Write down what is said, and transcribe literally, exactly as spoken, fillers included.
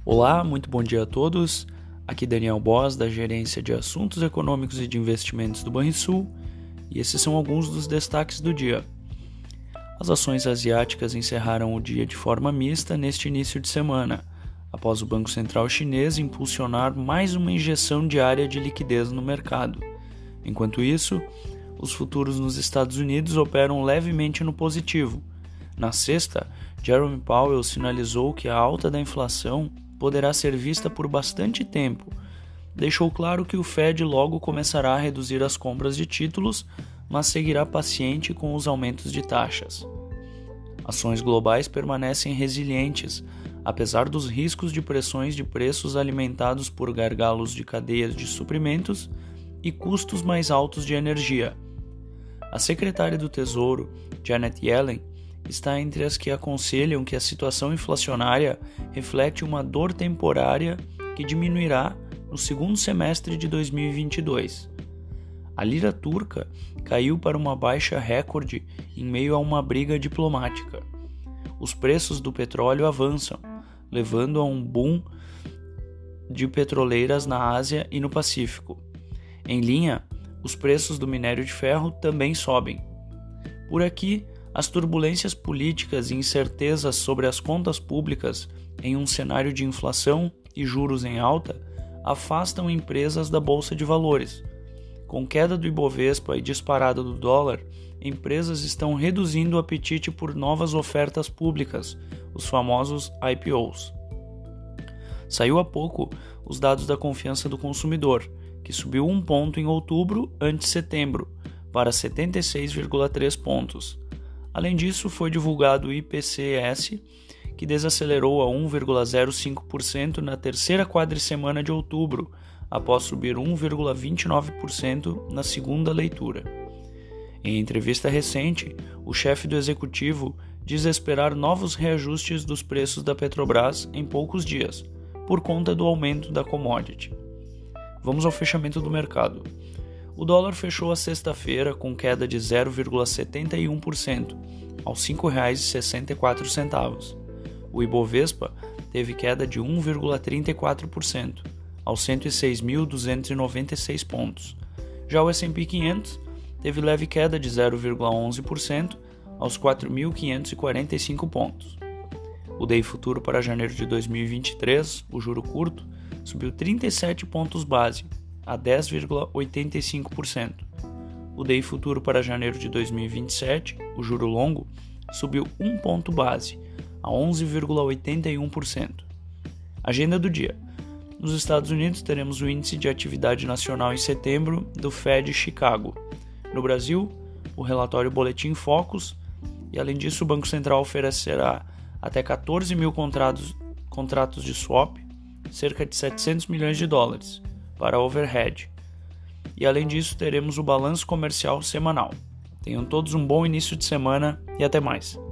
Olá, muito bom dia a todos. Aqui Daniel Boss, da Gerência de Assuntos Econômicos e de Investimentos do Banrisul, e esses são alguns dos destaques do dia. As ações asiáticas encerraram o dia de forma mista neste início de semana, após o Banco Central chinês impulsionar mais uma injeção diária de liquidez no mercado. Enquanto isso, os futuros nos Estados Unidos operam levemente no positivo. Na sexta, Jerome Powell sinalizou que a alta da inflação poderá ser vista por bastante tempo. Deixou claro que o Fed logo começará a reduzir as compras de títulos, mas seguirá paciente com os aumentos de taxas. Ações globais permanecem resilientes, apesar dos riscos de pressões de preços alimentados por gargalos de cadeias de suprimentos e custos mais altos de energia. A secretária do Tesouro, Janet Yellen, está entre as que aconselham que a situação inflacionária reflete uma dor temporária que diminuirá no segundo semestre de dois mil e vinte e dois. A lira turca caiu para uma baixa recorde em meio a uma briga diplomática. Os preços do petróleo avançam, levando a um boom de petroleiras na Ásia e no Pacífico. Em linha, os preços do minério de ferro também sobem. Por aqui, as turbulências políticas e incertezas sobre as contas públicas em um cenário de inflação e juros em alta afastam empresas da Bolsa de Valores. Com queda do Ibovespa e disparada do dólar, empresas estão reduzindo o apetite por novas ofertas públicas, os famosos I P Os. Saiu há pouco os dados da confiança do consumidor, que subiu um ponto em outubro ante setembro, para setenta e seis vírgula três pontos. Além disso, foi divulgado o I P C S, que desacelerou a um vírgula zero cinco por cento na terceira quadricemana de outubro, após subir um vírgula vinte e nove por cento na segunda leitura. Em entrevista recente, o chefe do executivo diz esperar novos reajustes dos preços da Petrobras em poucos dias, por conta do aumento da commodity. Vamos ao fechamento do mercado. O dólar fechou a sexta-feira com queda de zero vírgula setenta e um por cento, aos cinco reais e sessenta e quatro centavos. O Ibovespa teve queda de um vírgula trinta e quatro por cento, aos cento e seis mil duzentos e noventa e seis pontos. Já o S e P quinhentos teve leve queda de zero vírgula onze por cento, aos quatro mil quinhentos e quarenta e cinco pontos. O D I futuro para janeiro de dois mil e vinte e três, o juro curto, subiu trinta e sete pontos base, a dez vírgula oitenta e cinco por cento. O D I futuro para janeiro de dois mil e vinte e sete, o juro longo, subiu um ponto base, a onze vírgula oitenta e um por cento. Agenda do dia. Nos Estados Unidos teremos o índice de atividade nacional em setembro do Fed Chicago. No Brasil, o relatório Boletim Focus, e além disso o Banco Central oferecerá até quatorze mil contratos, contratos de swap, cerca de setecentos milhões de dólares, para overhead. E além disso, teremos o balanço comercial semanal. Tenham todos um bom início de semana e até mais.